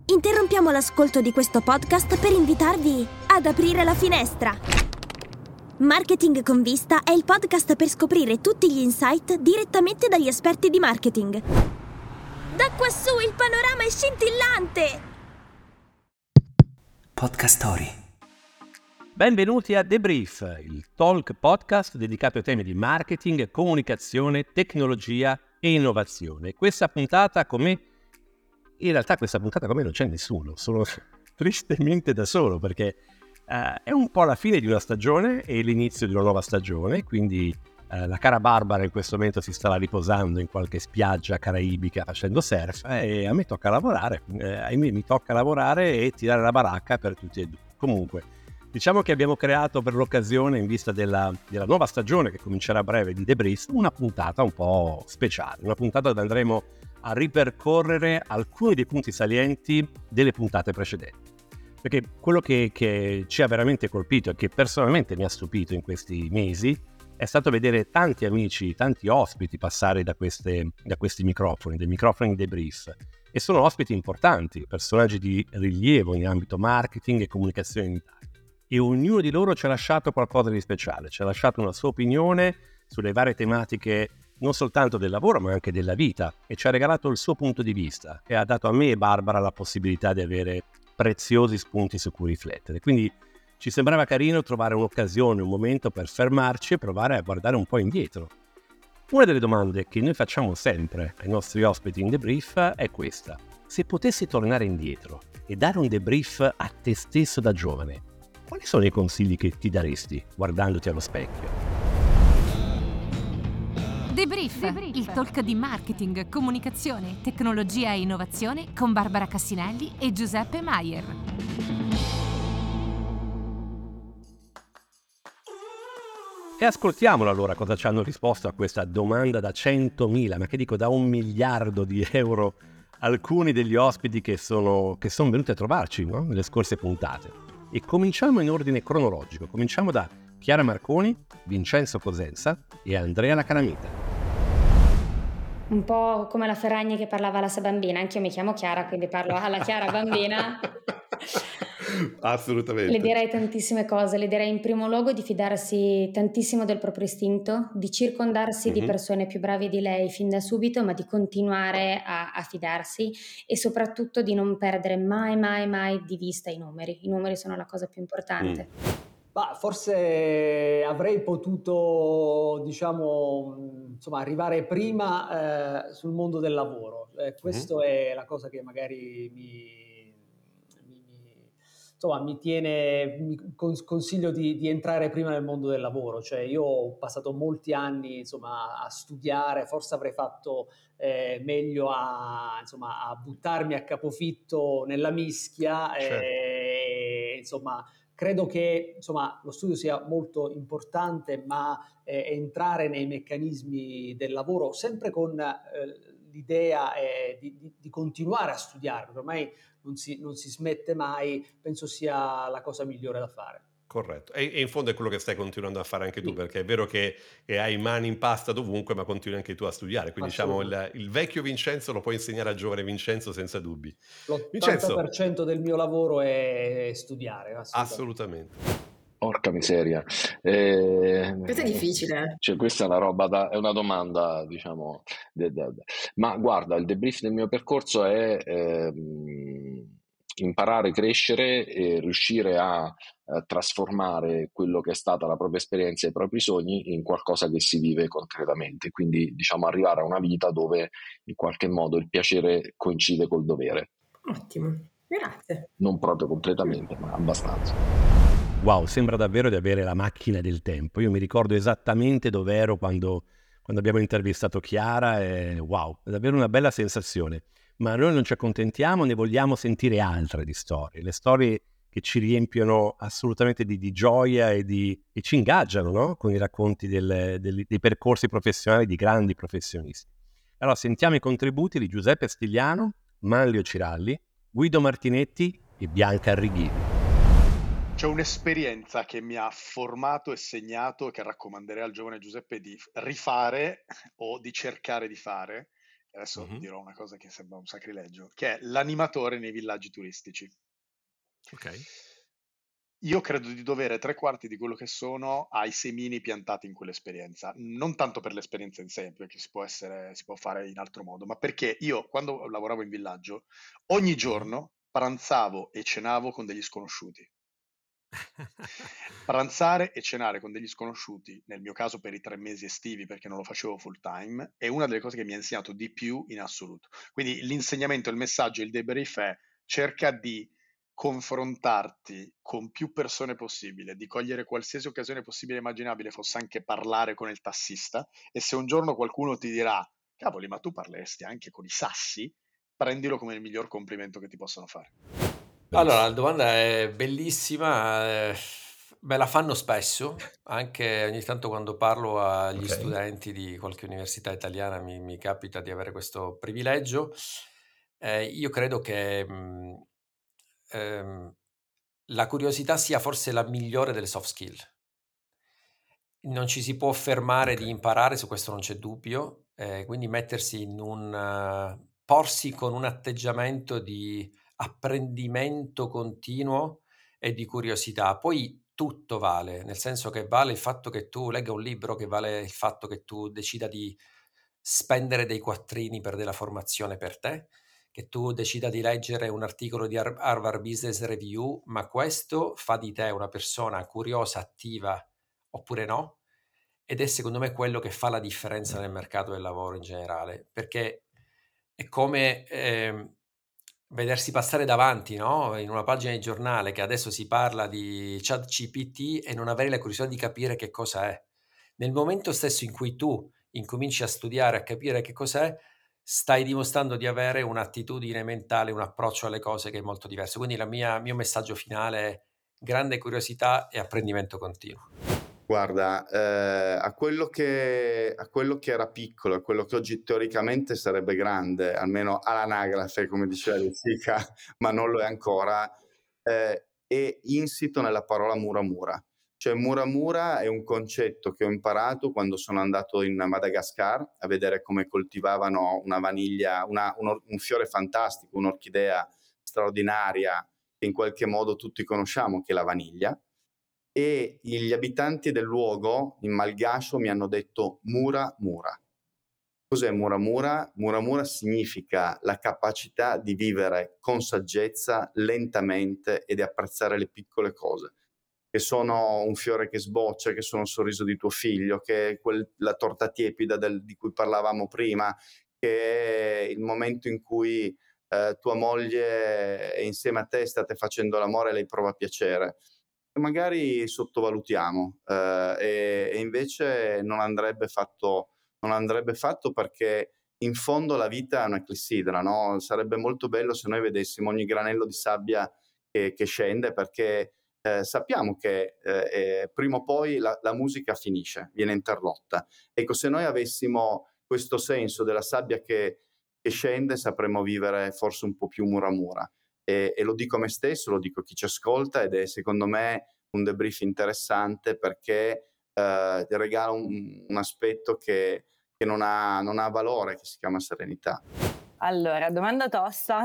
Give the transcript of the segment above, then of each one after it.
Interrompiamo l'ascolto di questo podcast per invitarvi ad aprire la finestra. Marketing con Vista è il podcast per scoprire tutti gli insight direttamente dagli esperti di marketing. Da quassù il panorama è scintillante! Podcast Story. Benvenuti a The Brief, il talk podcast dedicato ai temi di marketing, comunicazione, tecnologia e innovazione. In realtà questa puntata con me non c'è nessuno, sono tristemente da solo perché è un po' la fine di una stagione e l'inizio di una nuova stagione, quindi la cara Barbara in questo momento si starà riposando in qualche spiaggia caraibica facendo surf e a me tocca lavorare, ahimè mi tocca lavorare e tirare la baracca per tutti e due. Comunque, diciamo che abbiamo creato per l'occasione, in vista della nuova stagione che comincerà a breve di The Brief, una puntata un po' speciale, una puntata dove andremo a ripercorrere alcuni dei punti salienti delle puntate precedenti. Perché quello che ci ha veramente colpito e che personalmente mi ha stupito in questi mesi è stato vedere tanti amici, tanti ospiti passare da questi microfoni, dei microfoni The Brief. E sono ospiti importanti, personaggi di rilievo in ambito marketing e comunicazione in Italia. E ognuno di loro ci ha lasciato qualcosa di speciale, ci ha lasciato una sua opinione sulle varie tematiche non soltanto del lavoro ma anche della vita, e ci ha regalato il suo punto di vista e ha dato a me e Barbara la possibilità di avere preziosi spunti su cui riflettere. Quindi ci sembrava carino trovare un'occasione, un momento per fermarci e provare a guardare un po' indietro. Una delle domande che noi facciamo sempre ai nostri ospiti in debrief è questa: se potessi tornare indietro e dare un debrief a te stesso da giovane, quali sono i consigli che ti daresti guardandoti allo specchio? The Brief, il talk di marketing, comunicazione, tecnologia e innovazione con Barbara Cassinelli e Giuseppe Maier. E ascoltiamolo allora cosa ci hanno risposto a questa domanda da 100.000, ma che dico da 1 miliardo di euro, alcuni degli ospiti che sono venuti a trovarci, no? Nelle scorse puntate. E cominciamo in ordine cronologico, cominciamo da Chiara Marconi, Vincenzo Cosenza e Andrea Lacalamita. Un po' come la Ferragni che parlava alla sua bambina, anche io mi chiamo Chiara, quindi parlo alla Chiara bambina. Assolutamente. Le direi tantissime cose, le direi in primo luogo di fidarsi tantissimo del proprio istinto, di circondarsi di persone più brave di lei fin da subito, ma di continuare a fidarsi e soprattutto di non perdere mai di vista i numeri. I numeri sono la cosa più importante. Forse avrei potuto, arrivare prima sul mondo del lavoro. Questo è la cosa che magari consiglio di entrare prima nel mondo del lavoro. Cioè, io ho passato molti anni, a studiare, forse avrei fatto meglio a buttarmi a capofitto nella mischia. Certo. Credo che lo studio sia molto importante, ma entrare nei meccanismi del lavoro sempre con l'idea di continuare a studiare, perché ormai non si smette mai, penso sia la cosa migliore da fare. Corretto. E in fondo è quello che stai continuando a fare anche tu, Sì. perché è vero che hai mani in pasta dovunque, ma continui anche tu a studiare. Quindi diciamo il vecchio Vincenzo lo puoi insegnare al giovane Vincenzo senza dubbi. L'80% del mio lavoro è studiare. Assolutamente. Porca miseria. Questo è difficile. Cioè, questa è una roba è una domanda, ma guarda, il debrief del mio percorso è imparare, crescere e riuscire a trasformare quello che è stata la propria esperienza e i propri sogni in qualcosa che si vive concretamente. Quindi, arrivare a una vita dove in qualche modo il piacere coincide col dovere. Ottimo, grazie. Non proprio completamente, ma abbastanza. Wow, sembra davvero di avere la macchina del tempo. Io mi ricordo esattamente dove ero quando abbiamo intervistato Chiara e wow, è davvero una bella sensazione. Ma noi non ci accontentiamo, ne vogliamo sentire altre di storie. Le storie che ci riempiono assolutamente di gioia e ci ingaggiano, no? Con i racconti dei percorsi professionali di grandi professionisti. Allora sentiamo i contributi di Giuseppe Stigliano, Manlio Ciralli, Guido Martinetti e Bianca Arrighini. C'è un'esperienza che mi ha formato e segnato, che raccomanderei al giovane Giuseppe di rifare o di cercare di fare, adesso dirò una cosa che sembra un sacrilegio, che è l'animatore nei villaggi turistici. Ok. Io credo di dovere 3/4 di quello che sono ai semini piantati in quell'esperienza, non tanto per l'esperienza in sé, perché si può fare in altro modo, ma perché io quando lavoravo in villaggio, ogni giorno pranzavo e cenavo con degli sconosciuti. Pranzare e cenare con degli sconosciuti, nel mio caso per i 3 mesi estivi perché non lo facevo full time, è una delle cose che mi ha insegnato di più in assoluto. Quindi l'insegnamento, il messaggio, il debrief è: cerca di confrontarti con più persone possibile, di cogliere qualsiasi occasione possibile e immaginabile, fosse anche parlare con il tassista, e se un giorno qualcuno ti dirà cavoli, ma tu parleresti anche con i sassi, prendilo come il miglior complimento che ti possano fare. Allora, la domanda è bellissima, me la fanno spesso, anche ogni tanto quando parlo agli studenti di qualche università italiana mi capita di avere questo privilegio. Io credo che la curiosità sia forse la migliore delle soft skill. Non ci si può fermare di imparare, su questo non c'è dubbio, quindi mettersi porsi con un atteggiamento di apprendimento continuo e di curiosità. Poi tutto vale, nel senso che vale il fatto che tu legga un libro, che vale il fatto che tu decida di spendere dei quattrini per della formazione per te, che tu decida di leggere un articolo di Harvard Business Review, ma questo fa di te una persona curiosa, attiva oppure no, ed è secondo me quello che fa la differenza nel mercato del lavoro in generale, perché è come vedersi passare davanti, no? In una pagina di giornale che adesso si parla di ChatGPT e non avere la curiosità di capire che cosa è. Nel momento stesso in cui tu incominci a studiare, a capire che cos'è, stai dimostrando di avere un'attitudine mentale, un approccio alle cose che è molto diverso. Quindi il mio messaggio finale è grande curiosità e apprendimento continuo. Guarda, a quello che era piccolo, a quello che oggi teoricamente sarebbe grande, almeno all'anagrafe, come diceva Jessica, ma non lo è ancora, è insito nella parola muramura. Cioè muramura è un concetto che ho imparato quando sono andato in Madagascar a vedere come coltivavano una vaniglia, un fiore fantastico, un'orchidea straordinaria che in qualche modo tutti conosciamo, che è la vaniglia. E gli abitanti del luogo in malgascio mi hanno detto mura mura. Cos'è mura mura? Mura mura significa la capacità di vivere con saggezza, lentamente, e di apprezzare le piccole cose, che sono un fiore che sboccia, che sono il sorriso di tuo figlio, che è la torta tiepida di cui parlavamo prima, che è il momento in cui tua moglie è insieme a te, state facendo l'amore e lei prova piacere. Magari sottovalutiamo e invece non andrebbe fatto perché in fondo la vita è una clessidra, no? Sarebbe molto bello se noi vedessimo ogni granello di sabbia che scende, perché sappiamo che prima o poi la musica finisce, viene interrotta. Ecco, se noi avessimo questo senso della sabbia che scende, sapremmo vivere forse un po' più mura mura. E lo dico a me stesso, lo dico a chi ci ascolta, ed è secondo me un debrief interessante perché regala un aspetto che non ha valore, che si chiama serenità. Allora, domanda tosta.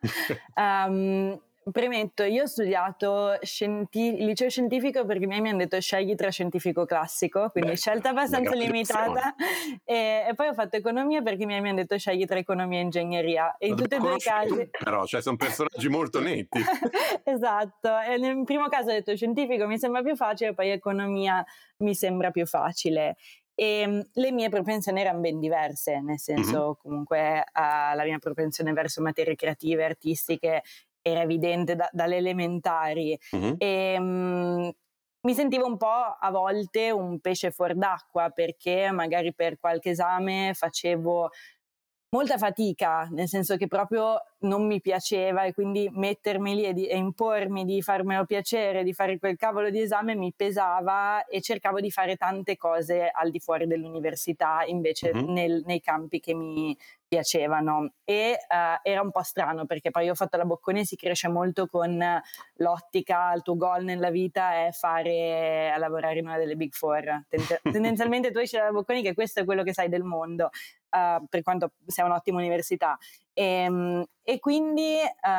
Premetto, io ho studiato liceo scientifico perché i miei mi hanno detto scegli tra scientifico classico, quindi scelta abbastanza limitata, e poi ho fatto economia perché i miei mi hanno detto scegli tra economia e ingegneria, e in tutti e due i casi però, cioè, sono personaggi molto netti. esatto, e nel primo caso ho detto scientifico mi sembra più facile, poi economia mi sembra più facile. E le mie propensioni erano ben diverse, nel senso comunque la mia propensione verso materie creative, artistiche era evidente dalle elementari, e mi sentivo un po' a volte un pesce fuor d'acqua, perché magari per qualche esame facevo molta fatica, nel senso che proprio non mi piaceva, e quindi mettermi lì e impormi di farmelo piacere, di fare quel cavolo di esame mi pesava, e cercavo di fare tante cose al di fuori dell'università invece nei campi che mi piacevano, e era un po' strano perché poi ho fatto la Bocconi, si cresce molto con l'ottica, il tuo goal nella vita è lavorare in una delle Big Four, tendenzialmente tu esci dalla Bocconi che questo è quello che sai del mondo. per quanto sia un'ottima università. E quindi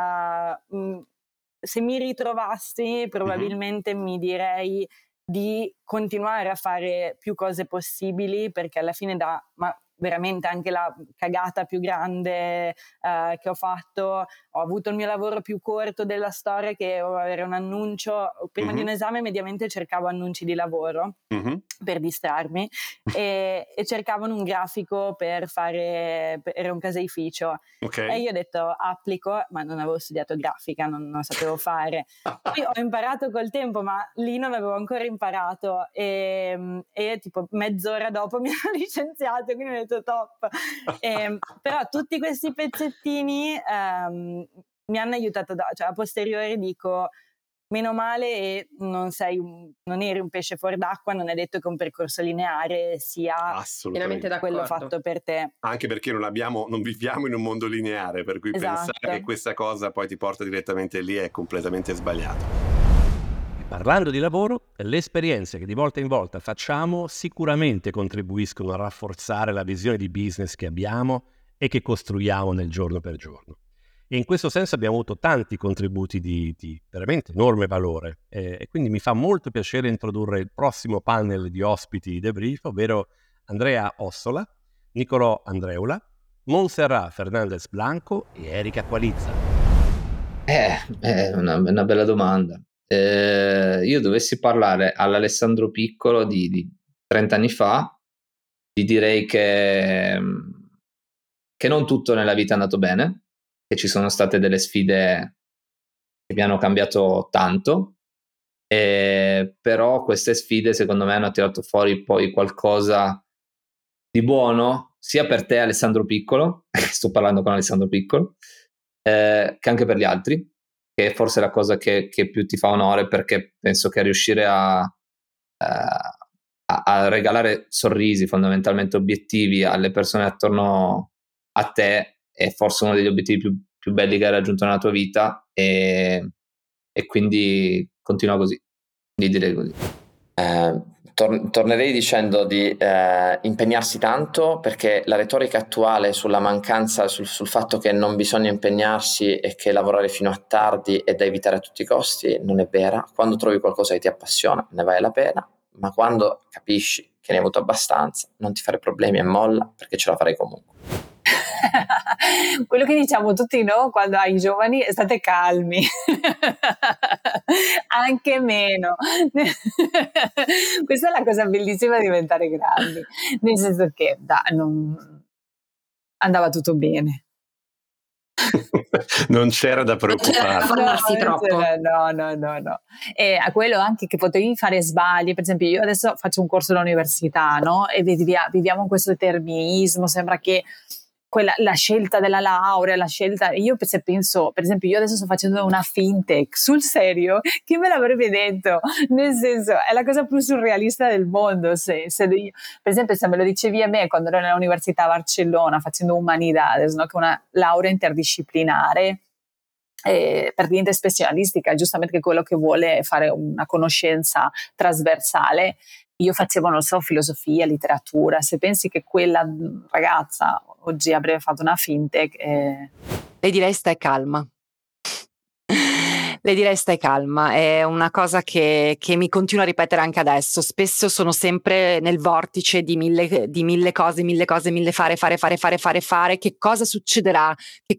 se mi ritrovassi probabilmente mi direi di continuare a fare più cose possibili, perché alla fine ma veramente anche la cagata più grande che ho fatto, ho avuto il mio lavoro più corto della storia, che avere un annuncio prima di un esame. Mediamente cercavo annunci di lavoro per distrarmi e cercavano un grafico per fare, era un caseificio, e io ho detto applico, ma non avevo studiato grafica, non sapevo fare. Poi ho imparato col tempo, ma lì non avevo ancora imparato, e tipo mezz'ora dopo mi hanno licenziato, quindi ho detto top. Però tutti questi pezzettini mi hanno aiutato, cioè a posteriori dico meno male, e non eri un pesce fuor d'acqua, non è detto che un percorso lineare sia assolutamente quello fatto per te. Anche perché non viviamo in un mondo lineare, per cui pensare che questa cosa poi ti porta direttamente lì è completamente sbagliato. Parlando di lavoro, le esperienze che di volta in volta facciamo sicuramente contribuiscono a rafforzare la visione di business che abbiamo e che costruiamo nel giorno per giorno. E in questo senso abbiamo avuto tanti contributi di veramente enorme valore, e quindi mi fa molto piacere introdurre il prossimo panel di ospiti di Debrief, ovvero Andrea Ossola, Nicolò Andreula, Montserrat Fernandez Blanco e Erika Qualizza. È una bella domanda. Io dovessi parlare all'Alessandro Piccolo di 30 anni fa, ti direi che non tutto nella vita è andato bene, che ci sono state delle sfide che mi hanno cambiato tanto, però queste sfide secondo me hanno tirato fuori poi qualcosa di buono, sia per te Alessandro Piccolo, sto parlando con Alessandro Piccolo, che anche per gli altri, che forse è la cosa che più ti fa onore, perché penso che riuscire a regalare sorrisi, fondamentalmente obiettivi, alle persone attorno a te è forse uno degli obiettivi più belli che hai raggiunto nella tua vita, e quindi continua così, direi così. Tornerei dicendo di impegnarsi tanto, perché la retorica attuale sulla mancanza, sul fatto che non bisogna impegnarsi e che lavorare fino a tardi è da evitare a tutti i costi non è vera. Quando trovi qualcosa che ti appassiona ne vale la pena, ma quando capisci che ne hai avuto abbastanza non ti fare problemi e molla, perché ce la farai comunque. Quello che diciamo tutti, no? Quando ai giovani, state calmi, anche meno. Questa è la cosa bellissima di diventare grandi, nel senso che andava tutto bene. Non c'era da preoccuparsi. No. E a quello anche che potevi fare sbagli. Per esempio, io adesso faccio un corso all'università, no? E viviamo questo determinismo, sembra che la scelta della laurea, io se penso, per esempio, io adesso sto facendo una fintech, sul serio, chi me l'avrebbe detto? Nel senso, è la cosa più surrealista del mondo. Per esempio, se me lo dicevi a me quando ero all'università a Barcellona facendo Humanidades, no? Che è una laurea interdisciplinare, per niente specialistica, giustamente che quello che vuole fare una conoscenza trasversale. Io facevo, non so, filosofia, letteratura. Se pensi che quella ragazza oggi avrebbe fatto una fintech... Le direi stai calma. È una cosa che mi continuo a ripetere anche adesso. Spesso sono sempre nel vortice di mille cose, mille fare. Che cosa succederà?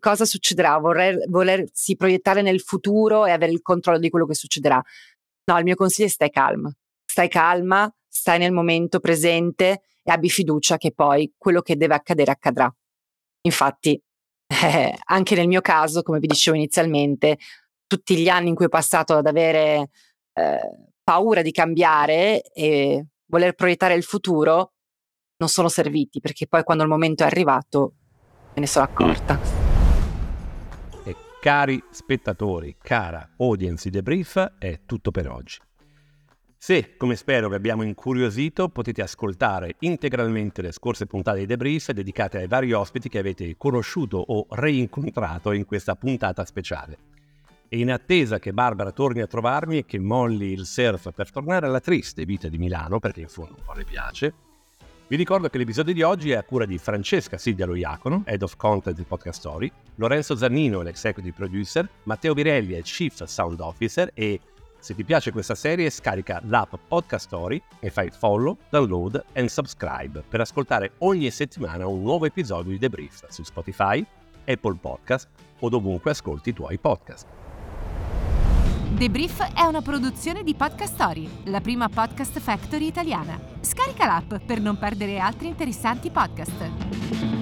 Volersi proiettare nel futuro e avere il controllo di quello che succederà. No, il mio consiglio è stai calma, stai nel momento presente e abbi fiducia che poi quello che deve accadere accadrà. Infatti, anche nel mio caso, come vi dicevo inizialmente, tutti gli anni in cui ho passato ad avere paura di cambiare e voler proiettare il futuro non sono serviti, perché poi quando il momento è arrivato me ne sono accorta. E cari spettatori, cara audience di Debrief, è tutto per oggi. Se, come spero, vi abbiamo incuriosito, potete ascoltare integralmente le scorse puntate di Debrief dedicate ai vari ospiti che avete conosciuto o reincontrato in questa puntata speciale. E in attesa che Barbara torni a trovarmi e che molli il surf per tornare alla triste vita di Milano, perché in fondo un po' le piace, Vi ricordo che l'episodio di oggi è a cura di Francesca Silvia Loiacono, Head of Content di Podcast Story, Lorenzo Zannino è l'Executive Producer, Matteo Birelli è il Chief Sound Officer e se ti piace questa serie scarica l'app Podcast Story e fai follow, download and subscribe per ascoltare ogni settimana un nuovo episodio di The Brief su Spotify, Apple Podcast o dovunque ascolti i tuoi podcast. The Brief è una produzione di Podcast Story, la prima podcast factory italiana. Scarica l'app per non perdere altri interessanti podcast.